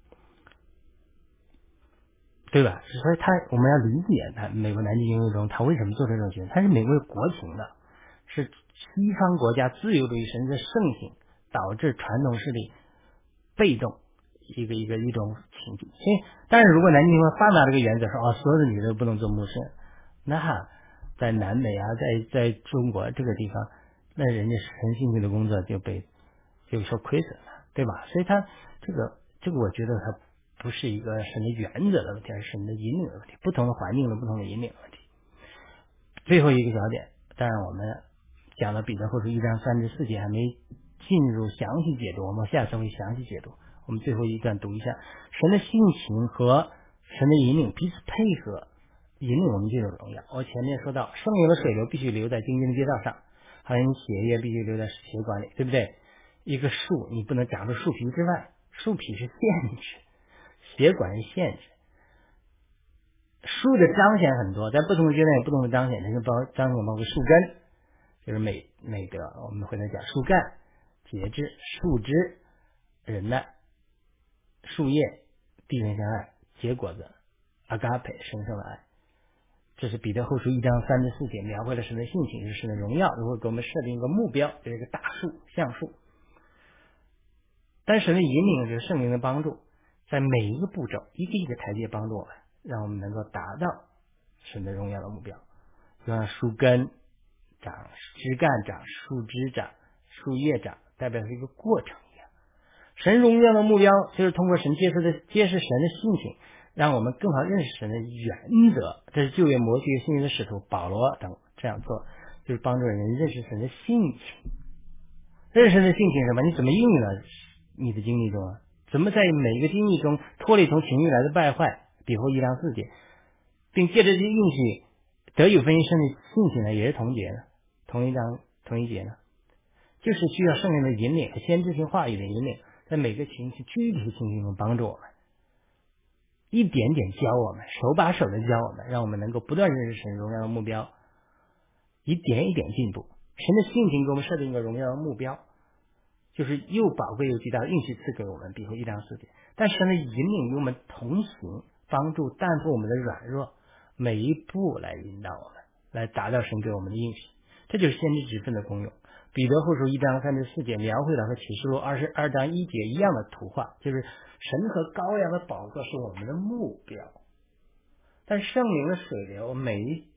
对吧？所以他我们要理解他美国南京运动中他为什么做这种决定，他是美国有国情的，是西方国家自由主义神学盛行导致传统势力被动一个一个一种情景。所以但是如果南京会放大这个原则说哦，所有的女的不能做牧师，那在南美啊，在在中国这个地方，那人家神性命的工作就被就受亏损了，对吧？所以他这个这个我觉得他不是一个神的原则的问题，而是神的引领的问题，不同的环境的不同的引领的问题。最后一个小点，当然我们讲了彼得后书一章三至四节，还没进入详细解读，我们下次会详细解读。我们最后一段读一下，神的性情和神的引领彼此配合，引领我们进入荣耀。我前面说到，圣灵的水流必须流在精进的街道上，好像血液必须流在血管里，对不对？一个树你不能长出树皮之外，树皮是限制，血管是限制。树的彰显很多，在不同的阶段有不同的彰显，这个包彰显包括树根，就是美美德，我们会来讲树干、节制、树枝、忍耐、树叶、弟兄相爱、结果子、阿嘎培神圣的爱。这是彼得后书一章三至四节，描绘了神的性情，是神的荣耀，如何给我们设定一个目标，就是一个大树橡树。但神的引领就是圣灵的帮助，在每一个步骤一个一个台阶帮助我们，让我们能够达到神的荣耀的目标。就像树根长、枝干长、树枝长、树叶长，代表是一个过程一样。神荣耀的目标就是通过神揭示的揭示神的性情，让我们更好认识神的原则。这是旧约摩西新约的使徒保罗等这样做，就是帮助人认识神的性情。认识神的性情是什么？你怎么应用了你的经历中啊？怎么在每一个经历中脱离从情欲来的败坏，比后一章四节，并借着这应许得有分神的性情呢？也是同节呢，同一章同一节呢，就是需要圣灵的引领和先知性话语的引领，在每个情绪具体的情绪中帮助我们，一点点教我们，手把手的教我们，让我们能够不断认识神荣耀的目标，一点一点进步。神的性情给我们设定一个荣耀的目标，就是又宝贵又极大的应许赐给我们，比如一章四节。但神的引领与我们同行，帮助担负我们的软弱，每一步来引导我们，来达到神给我们的应许。这就是先知职分的功用。彼得后书一章三至四节描绘了和启示录二十二章一节一样的图画，就是神和羔羊的宝座是我们的目标，但圣灵的水流每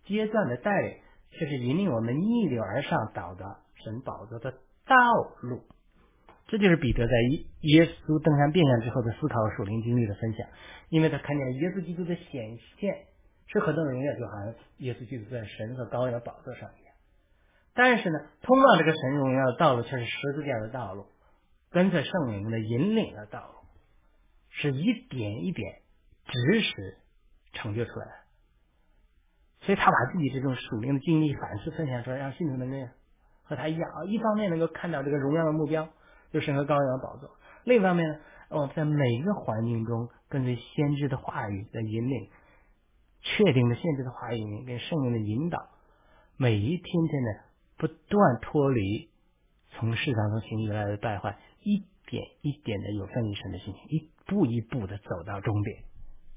阶段的带领，却是引领我们逆流而上到达神宝座的道路。这就是彼得在耶稣登山变相之后的思考属灵经历的分享，因为他看见了耶稣基督的显现是何等荣耀，就好像耶稣基督在神和羔羊的宝座上一样。但是呢，通往这个神荣耀的道路却是十字架的道路，跟着圣灵的引领的道路，是一点一点指使成就出来的。所以他把自己这种属灵的经历反思分享出来，让信徒能够和他一样，一方面能够看到这个荣耀的目标，就是神和羔羊的宝座；另一方面呢，我们在每一个环境中跟随先知的话语的引领，确定的先知的话语引领跟圣灵的引导，每一天天的不断脱离从市场中行以来的败坏，一点一点的有分于神的心情，一步一步的走到终点。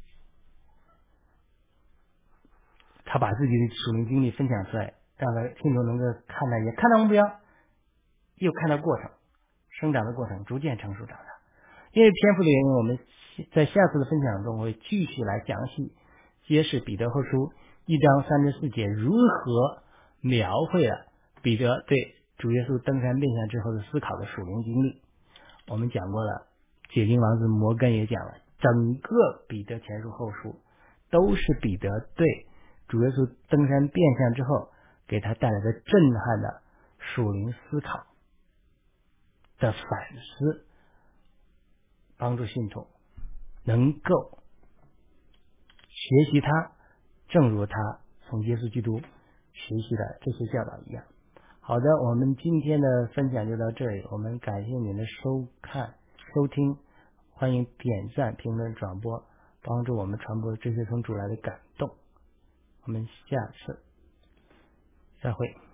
他把自己的属灵经历分享出来，让他听众能够看到，也看到目标，又看到过程，生长的过程，逐渐成熟长大。因为篇幅的原因，我们在下次的分享中会继续来详细揭示彼得后书一章三至四节如何描绘了彼得对主耶稣登山变相之后的思考的属灵经历。我们讲过了，解经王子摩根也讲了，整个彼得前书后书都是彼得对主耶稣登山变相之后给他带来的震撼的属灵思考的反思，帮助信徒能够学习他，正如他从耶稣基督学习的这些教导一样。好的，我们今天的分享就到这里，我们感谢您的收看收听，欢迎点赞评论转播，帮助我们传播这些从主来的感动。我们下次再会。